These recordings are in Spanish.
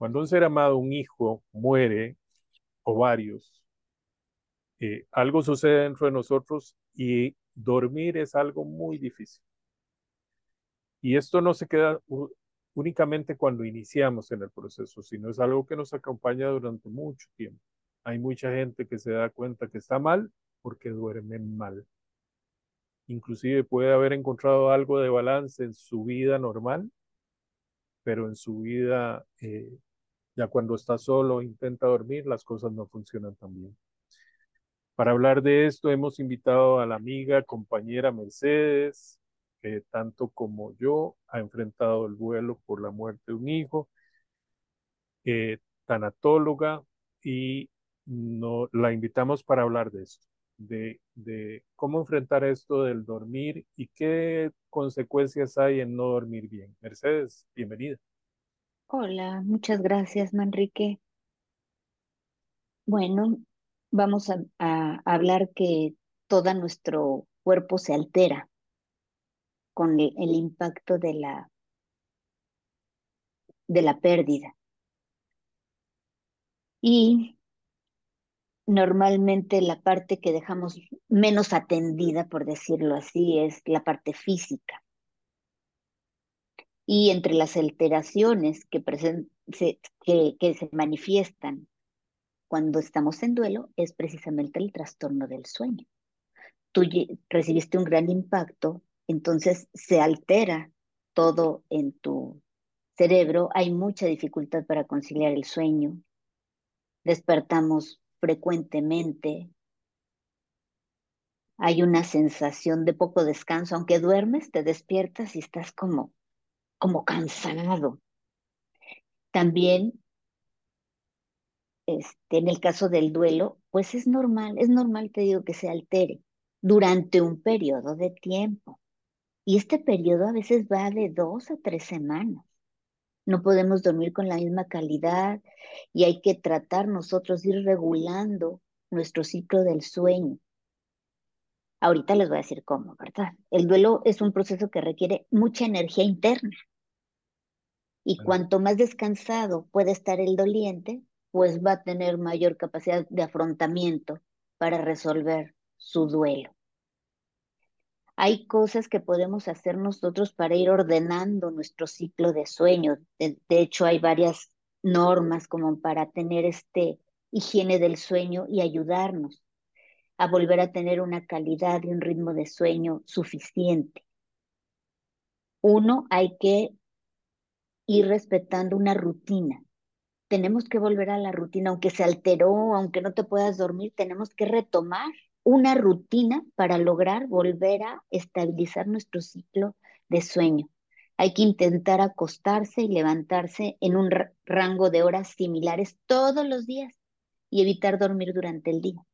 Cuando un ser amado, un hijo, muere, o varios, algo sucede dentro de nosotros y dormir es algo muy difícil. Y esto no se queda únicamente cuando iniciamos en el proceso, sino es algo que nos acompaña durante mucho tiempo. Hay mucha gente que se da cuenta que está mal porque duermen mal. Inclusive puede haber encontrado algo de balance en su vida normal, pero en su vida, ya cuando está solo, intenta dormir, las cosas no funcionan tan bien. Para hablar de esto hemos invitado a la amiga, compañera Mercedes, que tanto como yo ha enfrentado el duelo por la muerte de un hijo, tanatóloga, y la invitamos para hablar de esto, de cómo enfrentar esto del dormir y qué consecuencias hay en no dormir bien. Mercedes, bienvenida. Hola, muchas gracias, Manrique. Bueno, vamos a hablar que todo nuestro cuerpo se altera con el impacto de la pérdida. Y normalmente la parte que dejamos menos atendida, por decirlo así, es la parte física. Y entre las alteraciones que se manifiestan cuando estamos en duelo es precisamente el trastorno del sueño. Tú recibiste un gran impacto, entonces se altera todo en tu cerebro, hay mucha dificultad para conciliar el sueño, despertamos frecuentemente, hay una sensación de poco descanso, aunque duermes, te despiertas y estás como cansado. También, en el caso del duelo, pues es normal, te digo, que se altere durante un periodo de tiempo. Y este periodo a veces va de 2 a 3 semanas. No podemos dormir con la misma calidad y hay que tratar nosotros de ir regulando nuestro ciclo del sueño. Ahorita les voy a decir cómo, ¿verdad? El duelo es un proceso que requiere mucha energía interna y Bueno, cuanto más descansado puede estar el doliente, pues va a tener mayor capacidad de afrontamiento para resolver su duelo. Hay cosas que podemos hacer nosotros para ir ordenando nuestro ciclo de sueño. De hecho, hay varias normas como para tener higiene del sueño y ayudarnos a volver a tener una calidad y un ritmo de sueño suficiente. Uno, hay que ir respetando una rutina. Tenemos que volver a la rutina, aunque se alteró, aunque no te puedas dormir, tenemos que retomar una rutina para lograr volver a estabilizar nuestro ciclo de sueño. Hay que intentar acostarse y levantarse en un rango de horas similares todos los días y evitar dormir durante el día.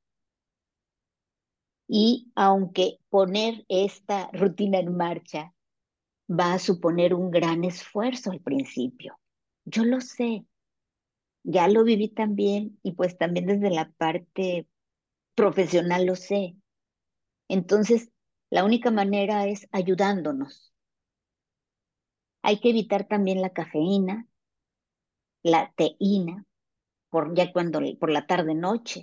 Y aunque poner esta rutina en marcha va a suponer un gran esfuerzo al principio, yo lo sé, ya lo viví también y pues también desde la parte profesional lo sé. Entonces, la única manera es ayudándonos. Hay que evitar también la cafeína, la teína, por la tarde noche.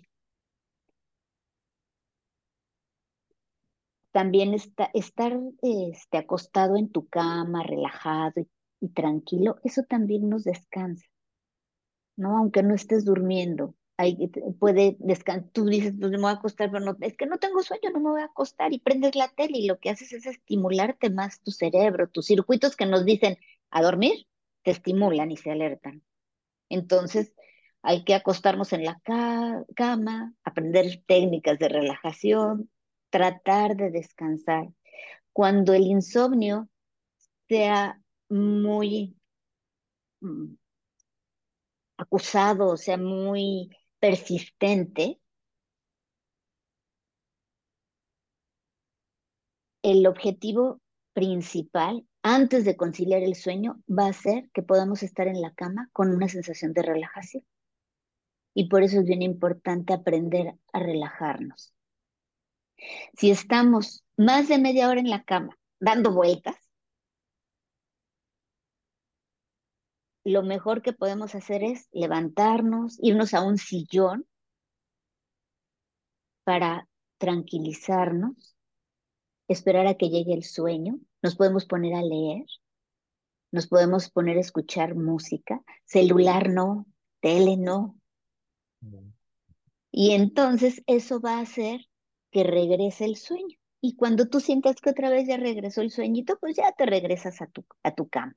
También estar acostado en tu cama, relajado y tranquilo, eso también nos descansa. ¿No? Aunque no estés durmiendo. Puede descansar, tú dices, pues me voy a acostar, pero no, es que no tengo sueño, no me voy a acostar y prendes la tele y lo que haces es estimularte más tu cerebro, tus circuitos que nos dicen a dormir, te estimulan y se alertan. Entonces, hay que acostarnos en la cama, aprender técnicas de relajación, tratar de descansar. Cuando el insomnio sea muy mm, acusado, o sea, muy persistente, el objetivo principal antes de conciliar el sueño va a ser que podamos estar en la cama con una sensación de relajación. Y por eso es bien importante aprender a relajarnos. Si estamos más de media hora en la cama dando vueltas, lo mejor que podemos hacer es levantarnos, irnos a un sillón para tranquilizarnos, esperar a que llegue el sueño. Nos podemos poner a leer, nos podemos poner a escuchar música, celular no, tele no. Mm. Y entonces eso va a hacer que regrese el sueño. Y cuando tú sientas que otra vez ya regresó el sueñito, pues ya te regresas a tu cama.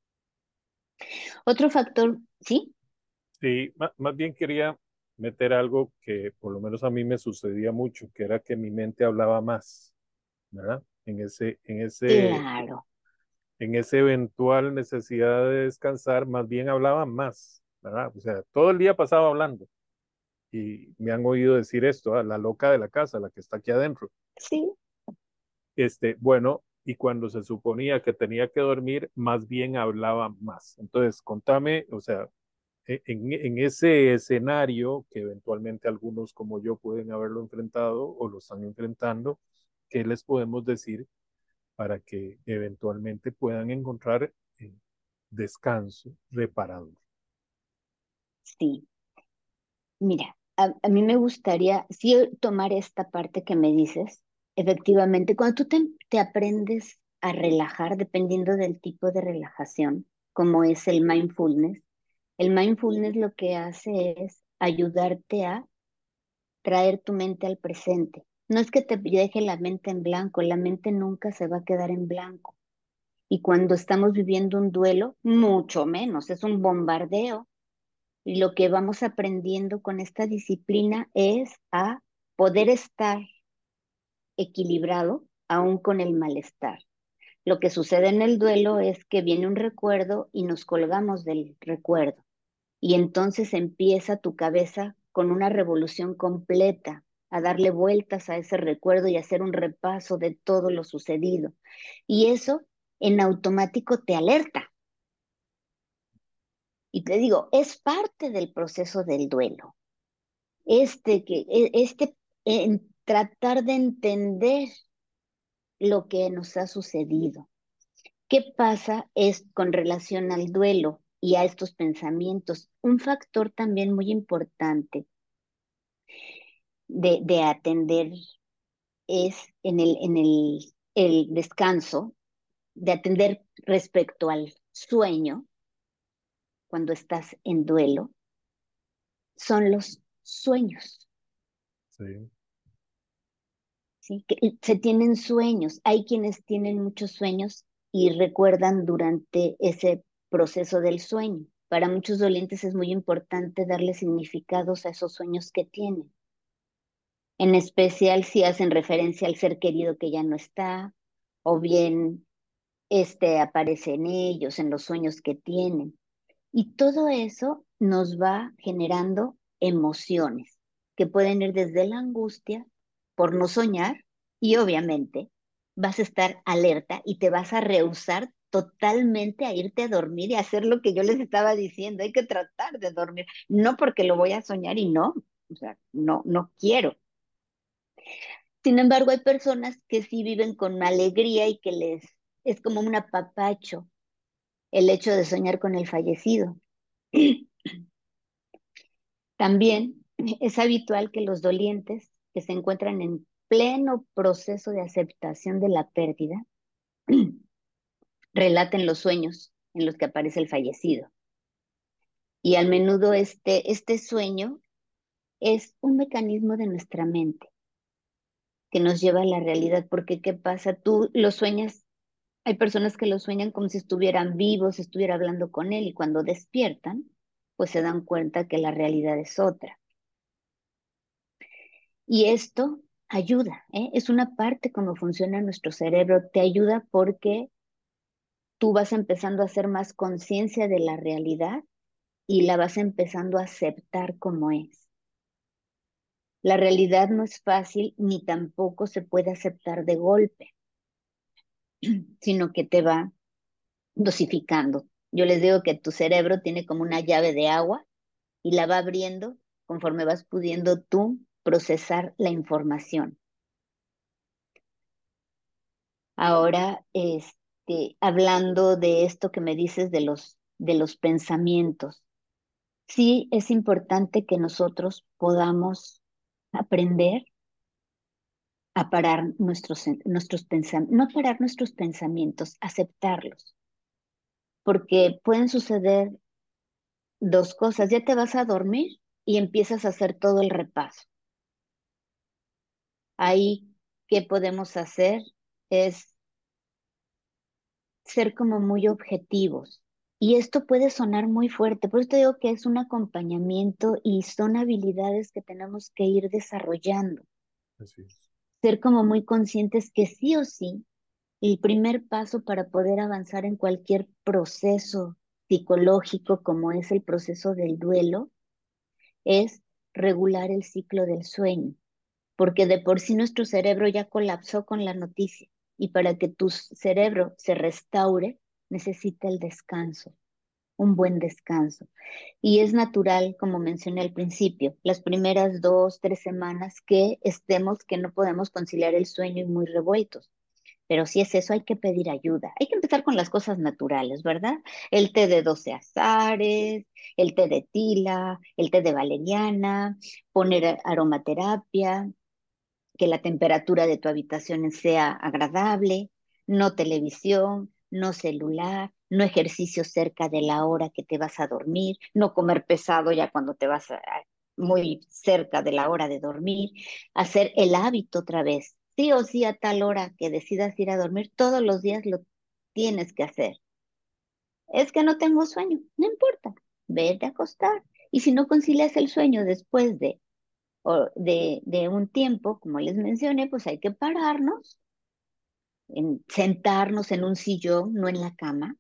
Otro factor, ¿sí? Sí, más bien quería meter algo que por lo menos a mí me sucedía mucho, que era que mi mente hablaba más, ¿verdad? Claro, En ese eventual necesidad de descansar, más bien hablaba más, ¿verdad? O sea, todo el día pasaba hablando y me han oído decir esto, la loca de la casa, la que está aquí adentro. sí, Bueno, y cuando se suponía que tenía que dormir, más bien hablaba más. Entonces, contame, o sea, en ese escenario que eventualmente algunos como yo pueden haberlo enfrentado o lo están enfrentando, ¿qué les podemos decir para que eventualmente puedan encontrar descanso reparador? sí. Mira, a mí me gustaría sí tomar esta parte que me dices. Efectivamente, cuando tú te aprendes a relajar, dependiendo del tipo de relajación, como es el mindfulness lo que hace es ayudarte a traer tu mente al presente. No es que te deje la mente en blanco, la mente nunca se va a quedar en blanco. Y cuando estamos viviendo un duelo, mucho menos, es un bombardeo. Y lo que vamos aprendiendo con esta disciplina es a poder estar equilibrado aún con el malestar. Lo que sucede en el duelo es que viene un recuerdo y nos colgamos del recuerdo. Y entonces empieza tu cabeza con una revolución completa, a darle vueltas a ese recuerdo y hacer un repaso de todo lo sucedido. Y eso en automático te alerta. Y te digo, es parte del proceso del duelo. En tratar de entender lo que nos ha sucedido. ¿Qué pasa es con relación al duelo y a estos pensamientos? Un factor también muy importante de atender es el descanso, de atender respecto al sueño cuando estás en duelo, son los sueños. Sí, ¿Sí? Que se tienen sueños. Hay quienes tienen muchos sueños y recuerdan durante ese proceso del sueño. Para muchos dolientes es muy importante darle significados a esos sueños que tienen, en especial si hacen referencia al ser querido que ya no está, o bien aparece en ellos, en los sueños que tienen. Y todo eso nos va generando emociones que pueden ir desde la angustia por no soñar y obviamente vas a estar alerta y te vas a rehusar totalmente a irte a dormir y a hacer lo que yo les estaba diciendo. Hay que tratar de dormir, no porque lo voy a soñar y no, o sea, no, no quiero. Sin embargo, hay personas que sí viven con alegría y que les es como un apapacho el hecho de soñar con el fallecido. También es habitual que los dolientes que se encuentran en pleno proceso de aceptación de la pérdida relaten los sueños en los que aparece el fallecido. Y al menudo este sueño es un mecanismo de nuestra mente que nos lleva a la realidad, porque ¿qué pasa? Tú lo sueñas, hay personas que lo sueñan como si estuvieran vivos, estuviera hablando con él y cuando despiertan, pues se dan cuenta que la realidad es otra. Y esto ayuda, ¿eh? Es una parte como funciona nuestro cerebro, te ayuda porque tú vas empezando a hacer más conciencia de la realidad y la vas empezando a aceptar como es. La realidad no es fácil ni tampoco se puede aceptar de golpe, sino que te va dosificando. Yo les digo que tu cerebro tiene como una llave de agua y la va abriendo conforme vas pudiendo tú procesar la información. Ahora, hablando de esto que me dices de los de los pensamientos. Sí es importante que nosotros podamos aprender a parar nuestros pensamientos, no parar nuestros pensamientos, aceptarlos, porque pueden suceder dos cosas. Ya te vas a dormir y empiezas a hacer todo el repaso. Ahí, ¿qué podemos hacer? Es ser como muy objetivos. Y esto puede sonar muy fuerte, por eso te digo que es un acompañamiento y son habilidades que tenemos que ir desarrollando. Así es. Ser como muy conscientes que sí o sí, el primer paso para poder avanzar en cualquier proceso psicológico como es el proceso del duelo es regular el ciclo del sueño, porque de por sí nuestro cerebro ya colapsó con la noticia y para que tu cerebro se restaure necesita el descanso, un buen descanso. Y es natural, como mencioné al principio, las primeras 2, 3 semanas que estemos, que no podemos conciliar el sueño y muy revueltos. Pero si es eso, hay que pedir ayuda. Hay que empezar con las cosas naturales, ¿verdad? El té de 12 azares, el té de tila, el té de valeriana, poner aromaterapia, que la temperatura de tu habitación sea agradable, no televisión, no celular, no ejercicio cerca de la hora que te vas a dormir, no comer pesado ya cuando te vas muy cerca de la hora de dormir, hacer el hábito otra vez. Sí o sí a tal hora que decidas ir a dormir, todos los días lo tienes que hacer. Es que no tengo sueño, no importa, vete a acostar. Y si no concilias el sueño después de un tiempo, como les mencioné, pues hay que pararnos, sentarnos en un sillón, no en la cama,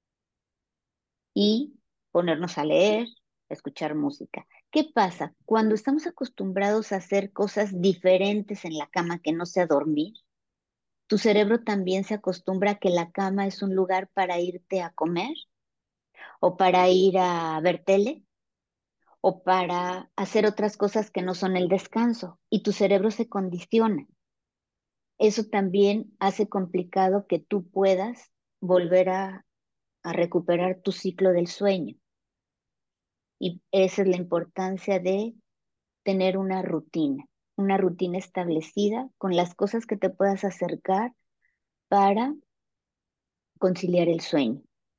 y ponernos a leer, a escuchar música. ¿Qué pasa? Cuando estamos acostumbrados a hacer cosas diferentes en la cama que no sea dormir, tu cerebro también se acostumbra a que la cama es un lugar para irte a comer o para ir a ver tele o para hacer otras cosas que no son el descanso y tu cerebro se condiciona. Eso también hace complicado que tú puedas volver a recuperar tu ciclo del sueño. Y esa es la importancia de tener una rutina establecida con las cosas que te puedas acercar para conciliar el sueño.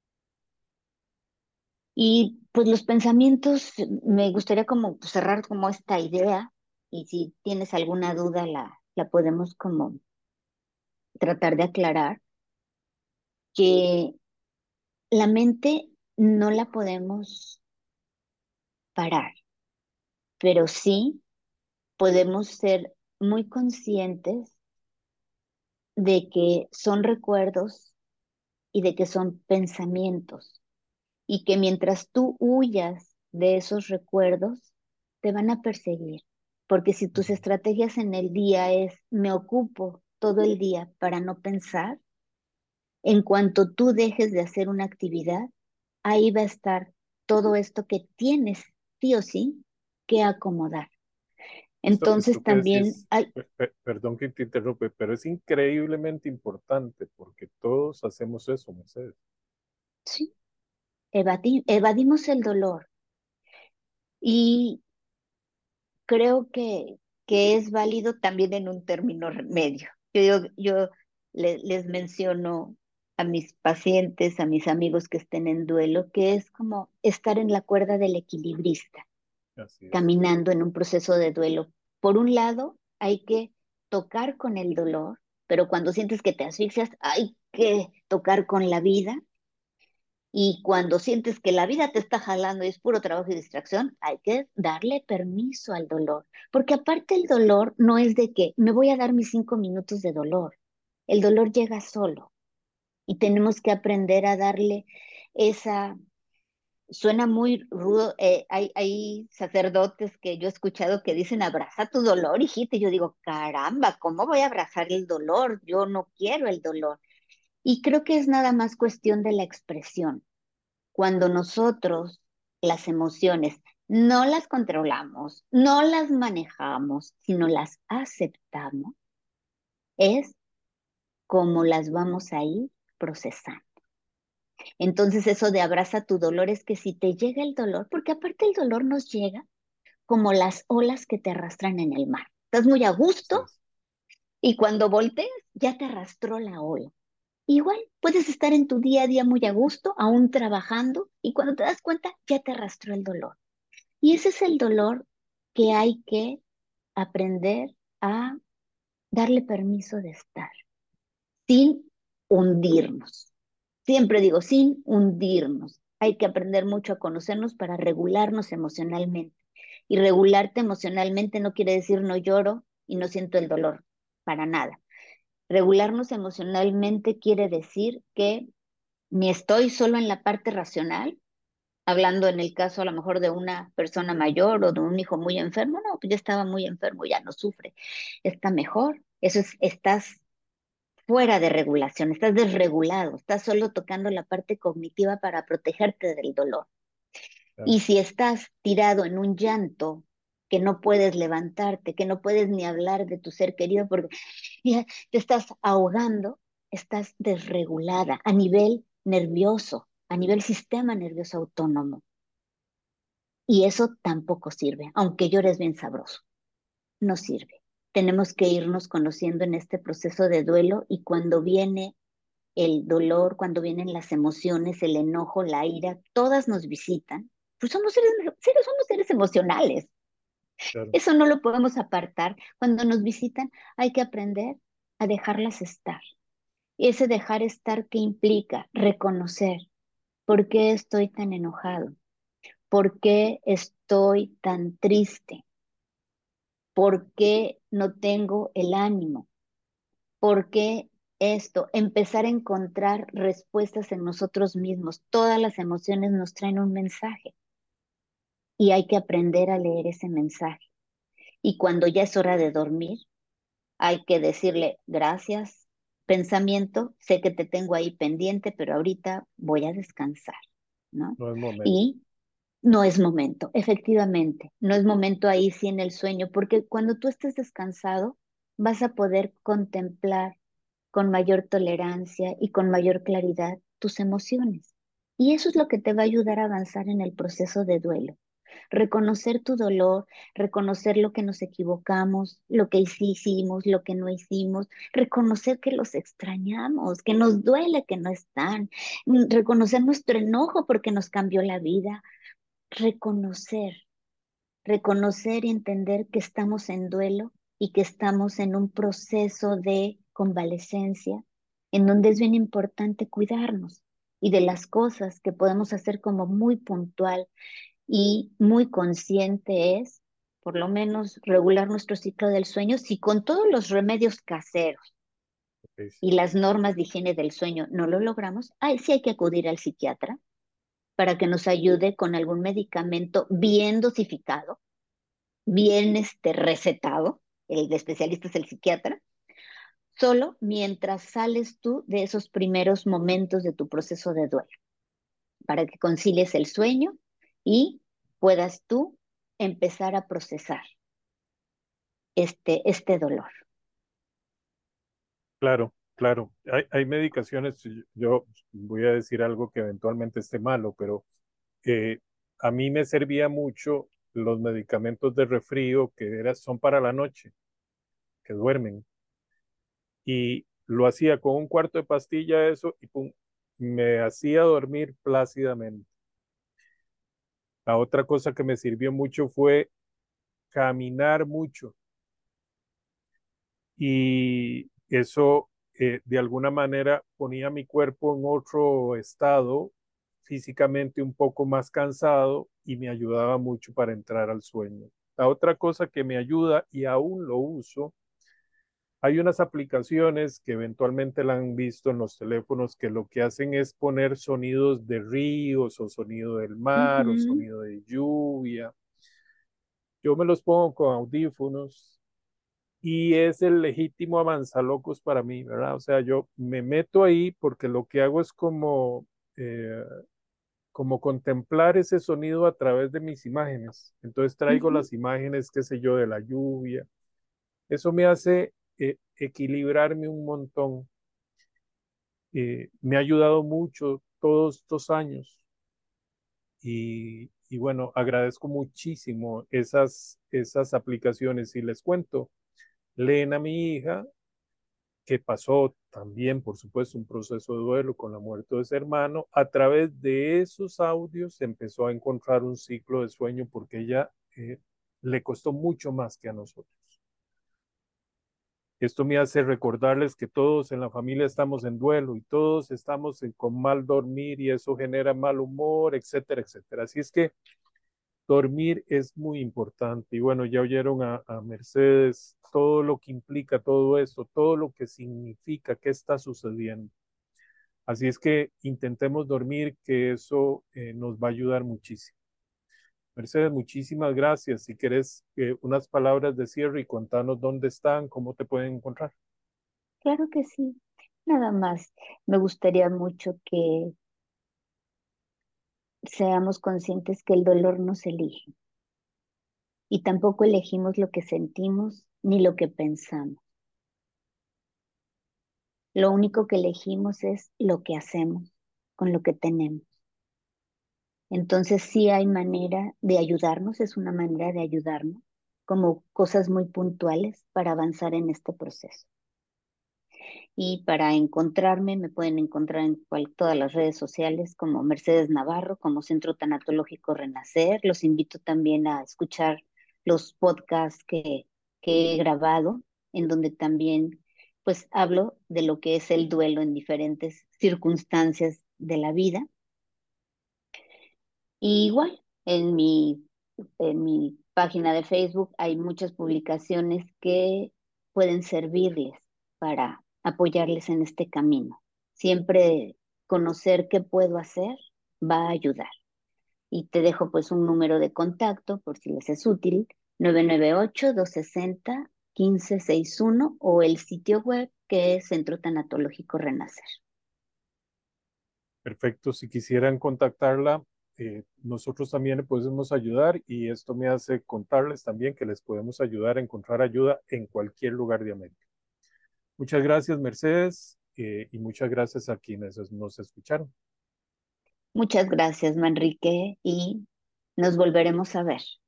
Y pues los pensamientos, me gustaría como cerrar como esta idea y si tienes alguna duda la podemos como tratar de aclarar, que la mente no la podemos parar, pero sí podemos ser muy conscientes de que son recuerdos y de que son pensamientos y que mientras tú huyas de esos recuerdos, te van a perseguir. Porque si tus Ujú. estrategias en el día es me ocupo todo el día para no pensar, en cuanto tú dejes de hacer una actividad, ahí va a estar todo esto que tienes sí o sí que acomodar. Esto Entonces que también decís, hay, perdón que te interrumpe, pero es increíblemente importante porque todos hacemos eso, Mercedes. sí, evadimos el dolor y creo que es válido también en un término medio. Yo les menciono a mis pacientes, a mis amigos que estén en duelo, que es como estar en la cuerda del equilibrista, Así es. caminando en un proceso de duelo. Por un lado, hay que tocar con el dolor, pero cuando sientes que te asfixias, hay que tocar con la vida. Y cuando sientes que la vida te está jalando y es puro trabajo y distracción, hay que darle permiso al dolor. Porque aparte el dolor no es de que me voy a dar mis 5 minutos de dolor. El dolor llega solo y tenemos que aprender a darle esa. Suena muy rudo. Hay sacerdotes que yo he escuchado que dicen abraza tu dolor, hijita. Y yo digo, caramba, ¿cómo voy a abrazar el dolor? Yo no quiero el dolor. Y creo que es nada más cuestión de la expresión. Cuando nosotros las emociones no las controlamos, no las manejamos, sino las aceptamos, es como las vamos a ir procesando. Entonces eso de abraza tu dolor es que si te llega el dolor, porque aparte el dolor nos llega como las olas que te arrastran en el mar. Estás muy a Así gusto es. y cuando volteas ya te arrastró la ola. Igual puedes estar en tu día a día muy a gusto, aún trabajando, y cuando te das cuenta ya te arrastró el dolor. Y ese es el dolor que hay que aprender a darle permiso de estar, sin hundirnos. Siempre digo, sin hundirnos. Hay que aprender mucho a conocernos para regularnos emocionalmente. Y regularte emocionalmente no quiere decir no lloro y no siento el dolor, para nada. Regularnos emocionalmente quiere decir que ni estoy solo en la parte racional, hablando en el caso a lo mejor de una persona mayor o de un hijo muy enfermo, no, pues ya estaba muy enfermo, ya no sufre, está mejor. Eso es, estás fuera de regulación, estás desregulado, estás solo tocando la parte cognitiva para protegerte del dolor. Claro. Y si estás tirado en un llanto, que no puedes levantarte, que no puedes ni hablar de tu ser querido porque ya te estás ahogando, estás desregulada a nivel nervioso, a nivel sistema nervioso autónomo. Y eso tampoco sirve, aunque llores bien sabroso, no sirve. Tenemos que irnos conociendo en este proceso de duelo y cuando viene el dolor, cuando vienen las emociones, el enojo, la ira, todas nos visitan, pues somos seres emocionales. Claro. Eso no lo podemos apartar. Cuando nos visitan, hay que aprender a dejarlas estar. Y ese dejar estar, ¿qué implica? Reconocer por qué estoy tan enojado, por qué estoy tan triste, por qué no tengo el ánimo, por qué esto, empezar a encontrar respuestas en nosotros mismos. Todas las emociones nos traen un mensaje y hay que aprender a leer ese mensaje. Y cuando ya es hora de dormir, hay que decirle gracias, pensamiento, sé que te tengo ahí pendiente, pero ahorita voy a descansar, ¿no? No es momento. Y no es momento, efectivamente, no es momento ahí sí en el sueño, porque cuando tú estés descansado, vas a poder contemplar con mayor tolerancia y con mayor claridad tus emociones. Y eso es lo que te va a ayudar a avanzar en el proceso de duelo. Reconocer tu dolor, reconocer lo que nos equivocamos, lo que sí hicimos, lo que no hicimos, reconocer que los extrañamos, que nos duele que no están, reconocer nuestro enojo porque nos cambió la vida, reconocer, reconocer y entender que estamos en duelo y que estamos en un proceso de convalecencia, en donde es bien importante cuidarnos y de las cosas que podemos hacer como muy puntual y muy consciente es, por lo menos, regular nuestro ciclo del sueño, si con todos los remedios caseros Ok, y sí. las normas de higiene del sueño no lo logramos, sí hay que acudir al psiquiatra para que nos ayude con algún medicamento bien dosificado, bien recetado, el de especialista es el psiquiatra, solo mientras sales tú de esos primeros momentos de tu proceso de duelo, para que concilies el sueño y puedas tú empezar a procesar este dolor. Claro, claro. Hay medicaciones, yo voy a decir algo que eventualmente esté malo, pero eh, a mí me servía mucho los medicamentos de resfrío son para la noche, que duermen. Y lo hacía con un cuarto de pastilla, eso, y pum, me hacía dormir plácidamente. La otra cosa que me sirvió mucho fue caminar mucho. Y eso de alguna manera ponía mi cuerpo en otro estado, físicamente un poco más cansado y me ayudaba mucho para entrar al sueño. La otra cosa que me ayuda y aún lo uso, hay unas aplicaciones que eventualmente la han visto en los teléfonos que lo que hacen es poner sonidos de ríos o sonido del mar o Ujú, sonido de lluvia. Yo me los pongo con audífonos y es el legítimo avanzalocos para mí, ¿verdad? O sea, yo me meto ahí porque lo que hago es eh, como contemplar ese sonido a través de mis imágenes. Entonces traigo ujú. las imágenes, qué sé yo, de la lluvia. Eso me hace equilibrarme un montón. Me ha ayudado mucho todos estos años y bueno, agradezco muchísimo esas aplicaciones y les cuento, leen a mi hija que pasó también, por supuesto, un proceso de duelo con la muerte de su hermano. A través de esos audios empezó a encontrar un ciclo de sueño porque ella le costó mucho más que a nosotros. Esto me hace recordarles que todos en la familia estamos en duelo y todos estamos con mal dormir y eso genera mal humor, etcétera, etcétera. Así es que dormir es muy importante. Y bueno, ya oyeron a Mercedes todo lo que implica todo esto, todo lo que significa, qué está sucediendo. Así es que intentemos dormir, que eso nos va a ayudar muchísimo. Mercedes, muchísimas gracias. Si quieres unas palabras de cierre y contanos dónde están, cómo te pueden encontrar. Claro que sí. Nada más, me gustaría mucho que seamos conscientes que el dolor nos elige y tampoco elegimos lo que sentimos ni lo que pensamos. Lo único que elegimos es lo que hacemos con lo que tenemos. Entonces sí hay manera de ayudarnos, es una manera de ayudarnos, como cosas muy puntuales para avanzar en este proceso. Y para encontrarme, me pueden encontrar en todas las redes sociales como Mercedes Navarro, como Centro Tanatológico Renacer. Los invito también a escuchar los podcasts que he grabado, en donde también pues hablo de lo que es el duelo en diferentes circunstancias de la vida. Y igual, en mi página de Facebook hay muchas publicaciones que pueden servirles para apoyarles en este camino. Siempre conocer qué puedo hacer va a ayudar. Y te dejo pues un número de contacto por si les es útil, 998-260-1561 o el sitio web que es Centro Tanatológico Renacer. Perfecto, si quisieran contactarla, nosotros también le podemos ayudar y esto me hace contarles también que les podemos ayudar a encontrar ayuda en cualquier lugar de América. Muchas gracias, Mercedes, y muchas gracias a quienes nos escucharon. Muchas gracias, Manrique, y nos volveremos a ver.